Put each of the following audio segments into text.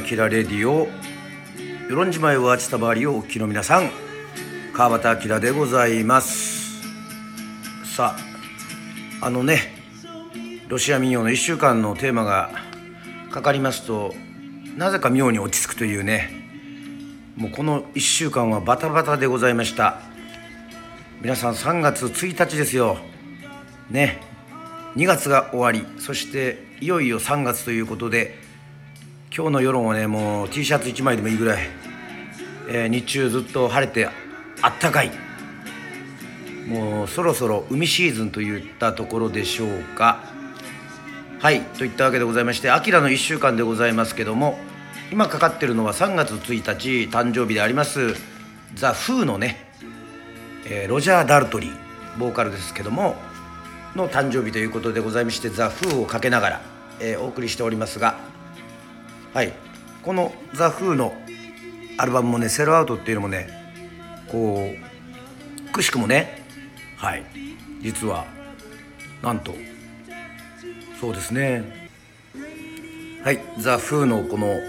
明レディオ与論島へはちたばりをお聞きの皆さん、川端明でございます。さあ、ロシア民謡の1週間のテーマがかかりますと、なぜか妙に落ち着くというね、もうこの1週間はバタバタでございました。皆さん3月1日ですよね。2月が終わり、そしていよいよ3月ということで、今日の世論はね、もう T シャツ1枚でもいいぐらい、日中ずっと晴れてあったかい、もうそろそろ海シーズンといったところでしょうか。はい、といったわけでございまして、アキラの1週間でございますけども、今かかってるのは3月1日誕生日でありますザ・フーのね、ロジャー・ダルトリーボーカルですけどもの誕生日ということでございまして、ザ・フーをかけながら、お送りしておりますが、はい、このザ・フーのアルバムもね、セルアウトっていうのもね、こうくしくもね、はい、実はなんとそうですね、はい、ザ・フーのこの、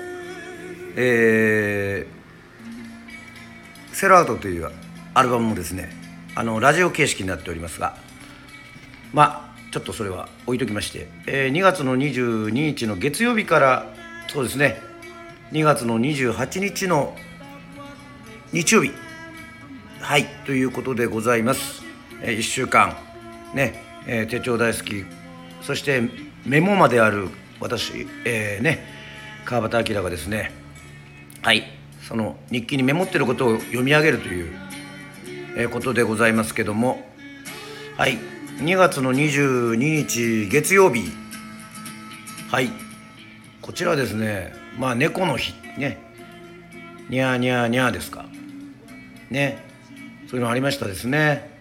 セルアウトというアルバムもですね、ラジオ形式になっておりますが、ちょっとそれは置いときまして、2月の22日の月曜日から、そうですね、2月の28日の日曜日、はい、ということでございます。1週間ね、手帳大好き、そしてメモまである私、川端明がですね、はい、その日記にメモっていることを読み上げるという、ことでございますけども、はい、2月の22日月曜日、はい、こちらですね、猫の日ね、にゃーにゃーにゃーですかね、そういうのありましたですね。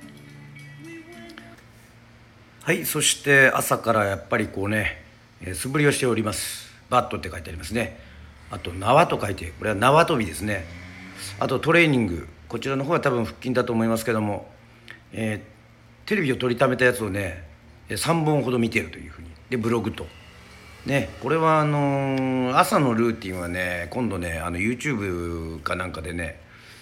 はい、そして朝からやっぱりこうね、素振りをしております。バットって書いてありますね。あと縄と書いて、これは縄跳びですね。あとトレーニング、こちらの方は多分腹筋だと思いますけども、テレビを取りためたやつをね3本ほど見ているというふうに、でブログとね、これは朝のルーティンはね、今度ねYouTube かなんかでね、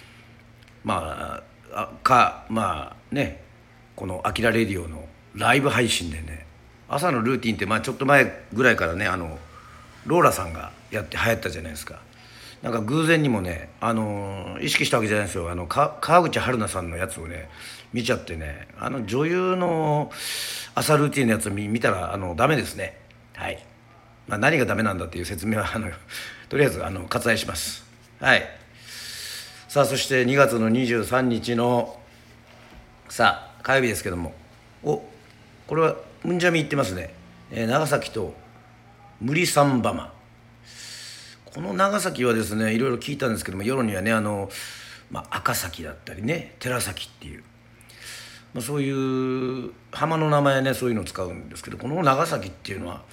このアキラレディオのライブ配信でね、朝のルーティンってちょっと前ぐらいからね、ローラさんがやって流行ったじゃないですか。なんか偶然にもね、意識したわけじゃないですよ。川口春奈さんのやつをね見ちゃってね、女優の朝ルーティンのやつを見たらダメですね。はい、何がダメなんだっていう説明はとりあえず割愛します。はい。さあ、そして2月の23日のさあ火曜日ですけども、これはムンジャミ行ってますね。長崎とムリサンバマ、この長崎はですね、いろいろ聞いたんですけども、世論にはね、赤崎だったりね、寺崎っていう、そういう浜の名前ね、そういうのを使うんですけど、この長崎っていうのは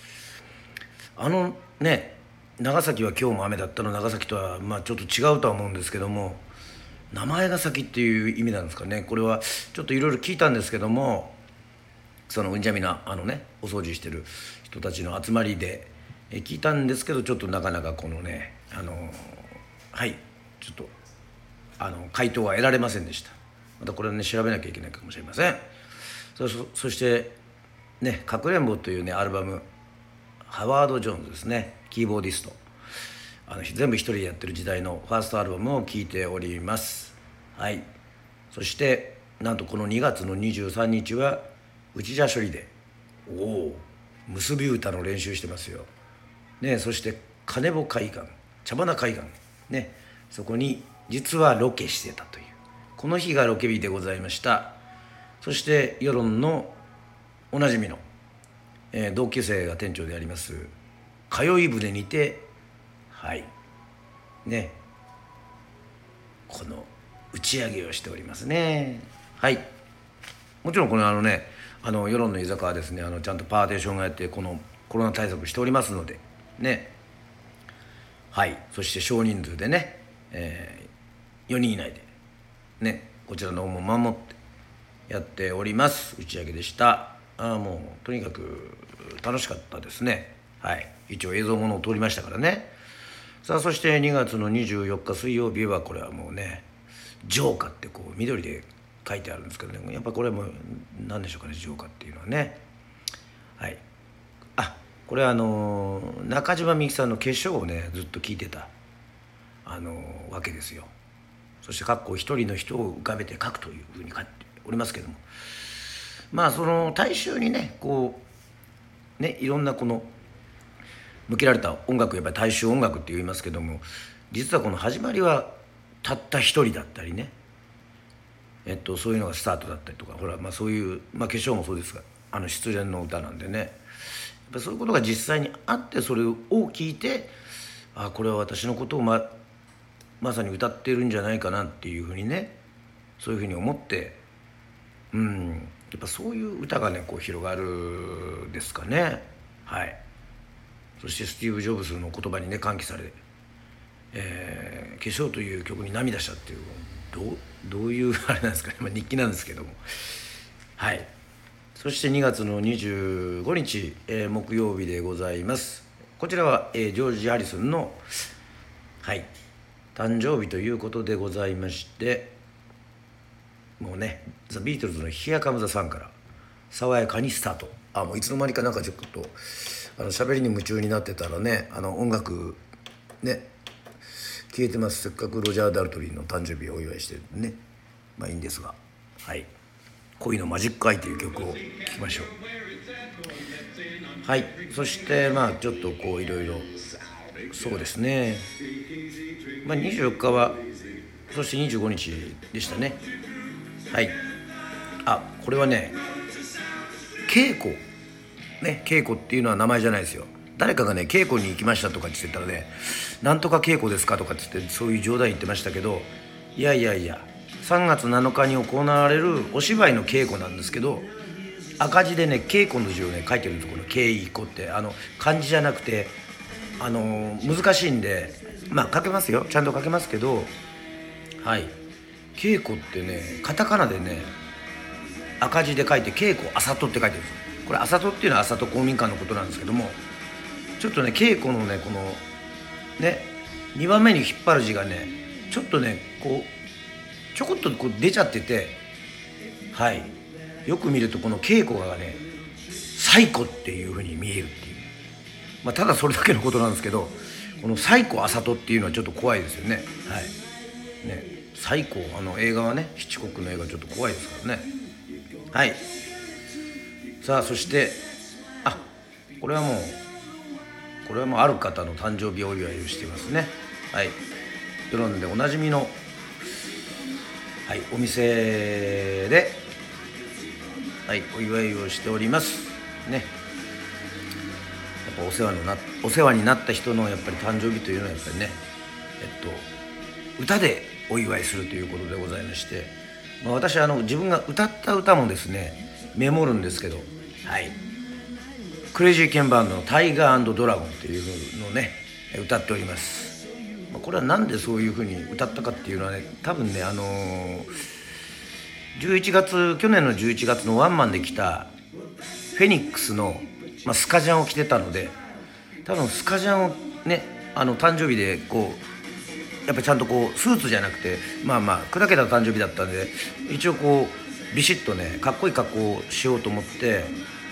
長崎は今日も雨だったの長崎とはちょっと違うとは思うんですけども、名前が先っていう意味なんですかね。これはちょっといろいろ聞いたんですけども、そのうんじゃみなお掃除してる人たちの集まりで聞いたんですけど、ちょっとなかなかこのねはいちょっと回答は得られませんでした。またこれはね調べなきゃいけないかもしれません。そしてね、かくれんぼというねアルバム、ハワード・ジョーンズですね、キーボーディスト、全部一人でやってる時代のファーストアルバムを聴いております。はい。そしてなんとこの2月の23日は内茶処理で結び歌の練習してますよね。そして金保海岸、茶花海岸ね、そこに実はロケしてたという、この日がロケ日でございました。そして世論のおなじみの、同級生が店長であります通い船にて、はいね、この打ち上げをしておりますね。はい。もちろんこの世論の居酒屋はですね、ちゃんとパーテーションがやって、このコロナ対策しておりますのでね。はい。そして少人数でね、4人以内でね、こちらの方も守ってやっております。打ち上げでした。もうとにかく楽しかったですね。はい。一応映像ものを撮りましたからね。 さあそして2月の24日水曜日はこれはもうね浄化ってこう緑で書いてあるんですけどね、やっぱこれも何でしょうかね、浄化っていうのはね。はい。これは中島みゆきさんの化粧をねずっと聞いてたわけですよ。そして一人の人を浮かべて書くというふうに書いておりますけども、まあその大衆にねこうねいろんなこの向けられた音楽、やっぱり大衆音楽って言いますけども、実はこの始まりはたった一人だったりね、そういうのがスタートだったりとか、ほらそういう、化粧もそうですが失恋の歌なんでね、やっぱそういうことが実際にあって、それを聞いてこれは私のことをまさに歌ってるんじゃないかなっていうふうにね、そういうふうに思って、やっぱそういう歌がねこう広がるですかね。はい。そしてスティーブ・ジョブズの言葉にね喚起され、化粧という曲に涙したっていう、どういうあれなんですかね、日記なんですけども。はい。そして2月の25日、木曜日でございます。こちらは、ジョージ・ハリソンのはい誕生日ということでございまして、もうねザ・ビートルズのHere Comes the Sunから爽やかにスタート。もういつの間にかなんかちょっと喋りに夢中になってたらね、音楽ね消えてます。せっかくロジャー・ダルトリーの誕生日をお祝いしてるんでね、いいんですが、はい、恋のマジックアイという曲を聴きましょう。はい。そしてちょっとこういろいろそうですね、24日はそして25日でしたね。はい。これはね稽古ね、稽古っていうのは名前じゃないですよ。誰かがね稽古に行きましたとかって言ってたらね、なんとか稽古ですかとかって言ってそういう冗談言ってましたけど、いや3月7日に行われるお芝居の稽古なんですけど、赤字でね稽古の字をね書いてるんですよ。この稽古って漢字じゃなくて難しいんで、書けますよ、ちゃんと書けますけど、はい、稽古ってねカタカナでね赤字で書いて稽古あさとって書いてるんですよ。これあさとっていうのはあさと公民館のことなんですけども、ちょっとね稽古のねこのね2番目に引っ張る字がねちょっとねこうちょこっとこう出ちゃってて、はい、よく見るとこの稽古がね最古っていう風に見えるっていう、ただそれだけのことなんですけど、この最古あさとっていうのはちょっと怖いですよね。はいね、最古映画はねヒッチコックの映画ちょっと怖いですからね。はい。さあそしてこれはもうある方の誕生日お祝いをしていますね。はい。世論でおなじみの、はい、お店で、はい、お祝いをしておりますね。やっぱお世話になった人のやっぱり誕生日というのはやっぱりね、歌でお祝いするということでございまして、私自分が歌った歌もですねメモるんですけど、はい、クレイジーケンバンドのタイガー&ドラゴンというのをね歌っております。これはなんでそういう風に歌ったかっていうのはね、多分ね去年の11月のワンマンで来たフェニックスの、スカジャンを着てたので、多分スカジャンをね誕生日でこうやっぱりちゃんとこうスーツじゃなくて砕けた誕生日だったんで、一応こうビシッとねかっこいい格好をしようと思って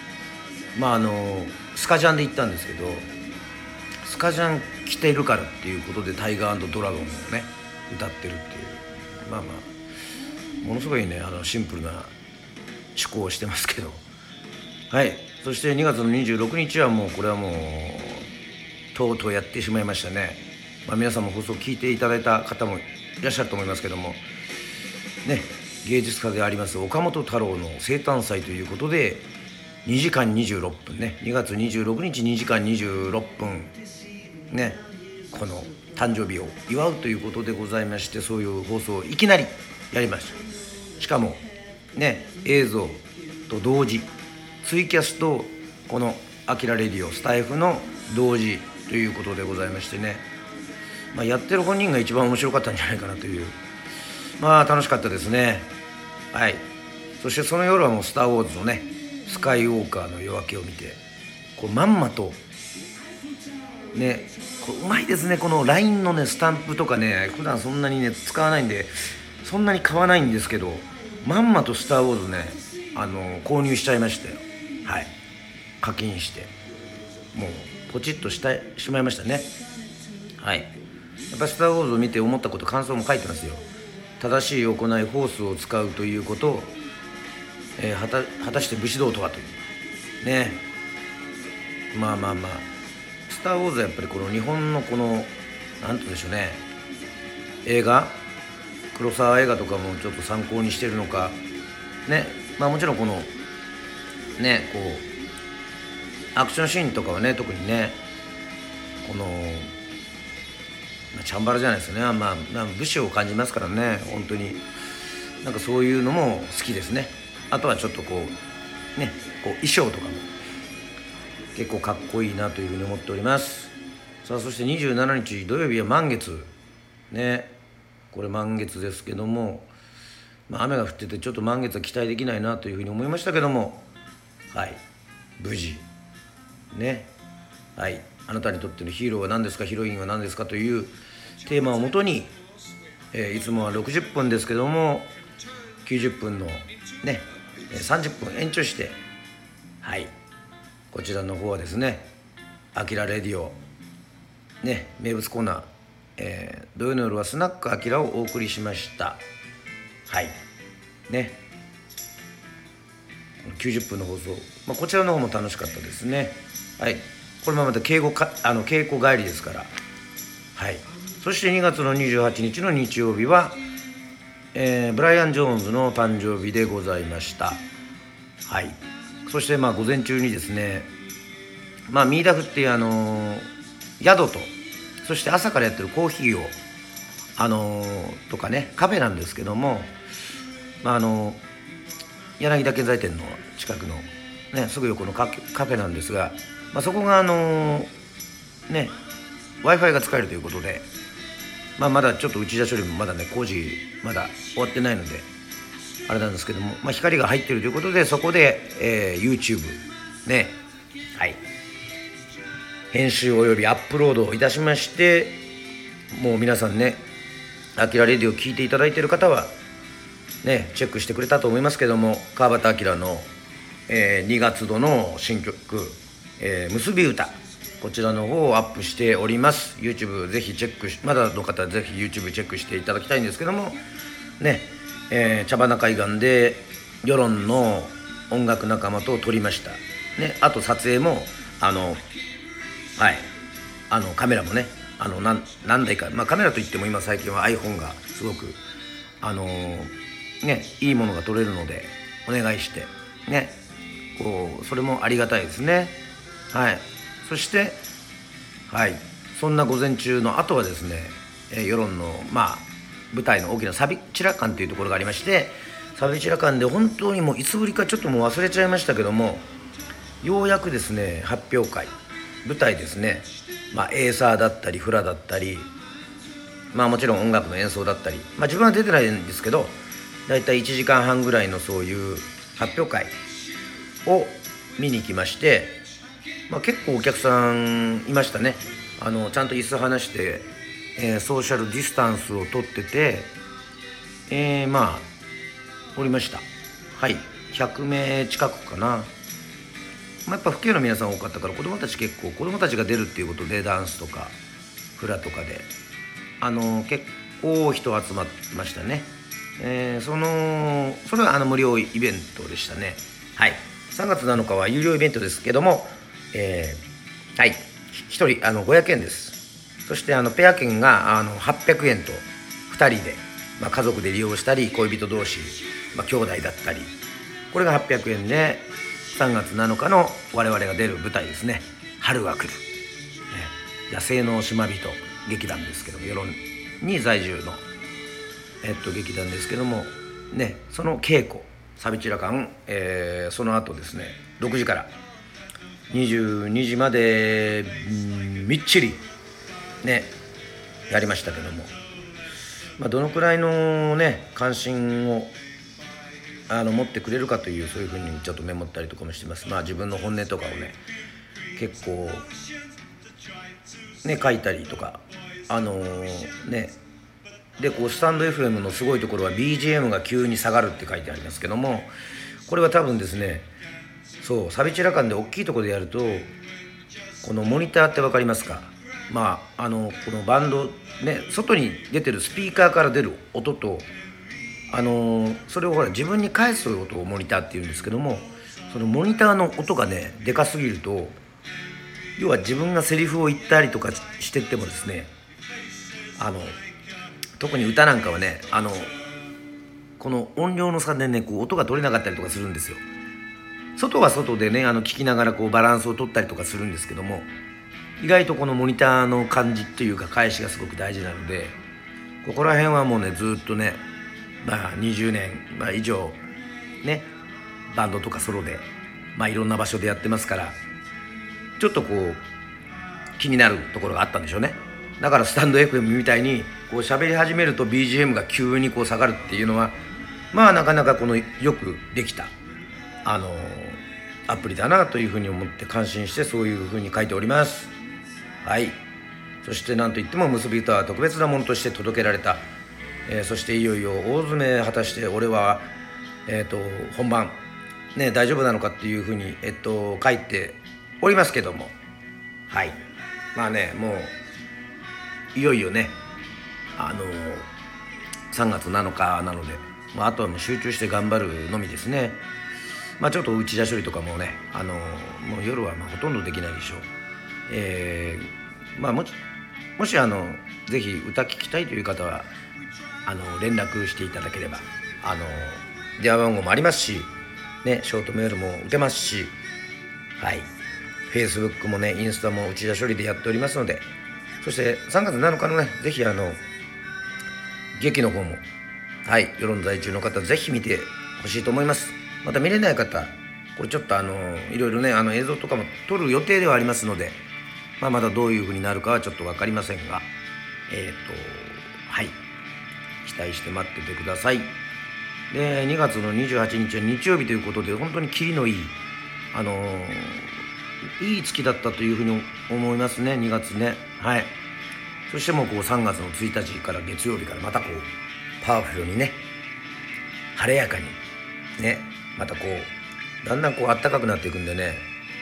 スカジャンで行ったんですけど、スカジャン着ているからっていうことでタイガー&ドラゴンをね歌ってるっていう、ものすごいねシンプルな思考をしてますけど、はい。そして2月の26日はもうこれはもうとうとうやってしまいましたね。皆さんも放送を聞いていただいた方もいらっしゃると思いますけどもね、芸術家であります岡本太郎の生誕祭ということで2時間26分ね、2月26日2時間26分ね、この誕生日を祝うということでございまして、そういう放送をいきなりやりました。しかもね映像と同時ツイキャスとこのアキラレディオスタイフの同時ということでございましてね、やってる本人が一番面白かったんじゃないかなという、楽しかったですね。はい。そしてその夜はもうスターウォーズのねスカイウォーカーの夜明けを見て、こうまんまとねこれうまいですね。この LINE のねスタンプとかね、普段そんなにね使わないんでそんなに買わないんですけど、まんまとスター・ウォーズね購入しちゃいましたよ。はい、課金してもうポチッとしてしまいましたね。はい、やっぱスター・ウォーズを見て思ったこと、感想も書いてますよ。正しい行いフォースを使うということを、果たして武士道とはというね。まあまあまあスター・ウォーズはやっぱりこの日本のこのなんて言うんでしょうね、映画、黒沢映画とかもちょっと参考にしてるのかね。まあもちろんこのねこうアクションシーンとかはね、特にねこのチャンバラじゃないですよね。まあ武士を感じますからね。本当になんかそういうのも好きですね。あとはちょっとこうねこう衣装とかも結構かっこいいなというふうに思っております。さあそして27日土曜日は満月ね。これ満月ですけども、雨が降っててちょっと満月は期待できないなというふうに思いましたけども、はい無事ね。はい、あなたにとってのヒーローは何ですか、ヒロインは何ですかというテーマをもとに、いつもは60分ですけども90分のね30分延長して、はいこちらの方はですねアキラレディオね名物コーナー、土曜の夜はスナックアキラをお送りしました。はいね90分の放送、こちらの方も楽しかったですね。はい、これもまた稽古帰りですから。はい、そして2月の28日の日曜日は、ブライアン・ジョーンズの誕生日でございました。はい、そして午前中にですね、ミーダフっていう宿と、そして朝からやってるコーヒーをとかねカフェなんですけども、柳田建材店の近くのねすぐ横のカフェなんですが、そこがWi-Fi が使えるということで、まだちょっと内田処理もまだね工事まだ終わってないのであれなんですけども、光が入っているということでそこで、YouTube ね、はい編集およびアップロードをいたしまして、もう皆さんねアキラレディを聞いていただいている方はねチェックしてくれたと思いますけども、川端明の、2月度の新曲、結び歌、こちらの方をアップしております。 YouTube ぜひチェックまだの方はぜひ YouTube チェックしていただきたいんですけどもね、茶花海岸で世論の音楽仲間と撮りましたね。あと撮影もはいカメラもね何台か、カメラといっても今最近は iPhone がすごくいいものが撮れるのでお願いしてね、それもありがたいですね。はい、そしてはいそんな午前中の後はですね、世論の舞台の大きなサビチラ館というところがありまして、サビチラ館で本当にもういつぶりかちょっともう忘れちゃいましたけども、ようやくですね発表会舞台ですね、エーサーだったりフラだったり、もちろん音楽の演奏だったり、自分は出てないんですけどだいたい1時間半ぐらいのそういう発表会を見に行きまして、結構お客さんいましたね。ちゃんと椅子離して、ソーシャルディスタンスをとってて、おりました。はい、100名近くかな。やっぱ父兄の皆さん多かったから、子供たちが出るっていうことでダンスとかフラとかで結構人集まってましたね。それは無料イベントでしたね。はい、3月7日は有料イベントですけども、はい1人500円です。そしてペア券が800円と2人で、家族で利用したり恋人同士、兄弟だったり、これが800円で3月7日の我々が出る舞台ですね。春が来る、野生の島人劇団ですけども、世論に在住の、劇団ですけどもね、その稽古サビチラ館、その後ですね6時から22時までみっちりねやりましたけども、どのくらいのね関心を持ってくれるかという、そういうふうにちょっとメモったりとかもしてます。自分の本音とかをね結構ね書いたりとかねでこうスタンド FM のすごいところは BGM が急に下がるって書いてありますけども、これは多分ですね、そうサビチラ感で大きいところでやると、このモニターって分かりますか。このバンドね、外に出てるスピーカーから出る音と、それをほら自分に返す音をモニターっていうんですけども、そのモニターの音がねでかすぎると、要は自分がセリフを言ったりとかしてってもですね、特に歌なんかはね、この音量の差でねこう音が取れなかったりとかするんですよ。外は外でね聞きながらこうバランスを取ったりとかするんですけども、意外とこのモニターの感じっていうか返しがすごく大事なので、ここら辺はもうねずっとね20年、以上ねバンドとかソロでいろんな場所でやってますから、ちょっとこう気になるところがあったんでしょうね。だからスタンド FM みたいにこう喋り始めると BGM が急にこう下がるっていうのはなかなかこのよくできたアプリだなというふうに思って感心して、そういうふうに書いております。はい。そしてなんといっても結び歌は特別なものとして届けられた、そしていよいよ大詰め果たして俺は本番ね大丈夫なのかっていうふうに書いておりますけども、はい。もういよいよね3月7日なので、あとはもう集中して頑張るのみですね。ちょっと内田処理とかもねもう夜はほとんどできないでしょう。もしぜひ歌聴きたいという方は連絡していただければ電話番号もありますしね、ショートメールも受けますし、はい、Facebook もねインスタも内田処理でやっておりますので、そして3月7日のねぜひ劇の方もはい世論在中の方ぜひ見てほしいと思います。また見れない方、これちょっといろいろね映像とかも撮る予定ではありますので、まだどういう風になるかはちょっと分かりませんが、はい期待して待っててください。で2月の28日は日曜日ということで、本当にキリのいいいい月だったというふうに思いますね、2月ね。はい。そしてもう3月の1日から月曜日からまたパワフルにね晴れやかにね、まただんだん暖かくなっていくんでね、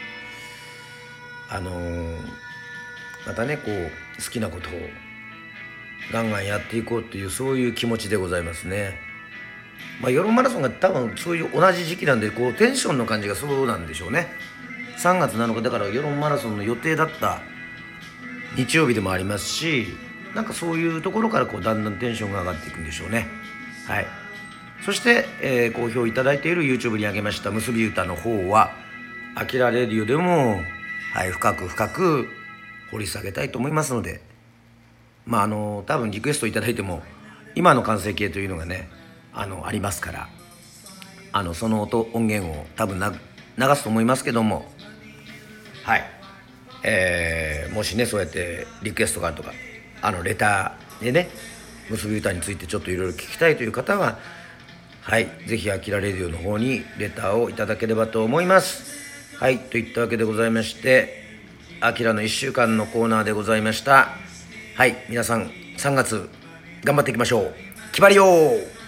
またね好きなことをガンガンやっていこうっていう、そういう気持ちでございますね。世論マラソンが多分そういう同じ時期なんでテンションの感じがそうなんでしょうね。3月7日だから世論マラソンの予定だった日曜日でもありますし、なんかそういうところからだんだんテンションが上がっていくんでしょうね。はい。そして、好評いただいている YouTube に上げました結び歌の方はアキラレディオでも、はい、深く掘り下げたいと思いますので、多分リクエストいただいても今の完成形というのがねありますから、その音源を多分流すと思いますけども、はい、もしねそうやってリクエストがあるとかレターでね結び歌についてちょっといろいろ聞きたいという方は、はい、ぜひアキラレディオの方にレターをいただければと思います。はい、といったわけでございまして、アキラの1週間のコーナーでございました。はい、皆さん3月頑張っていきましょう。決まりよー。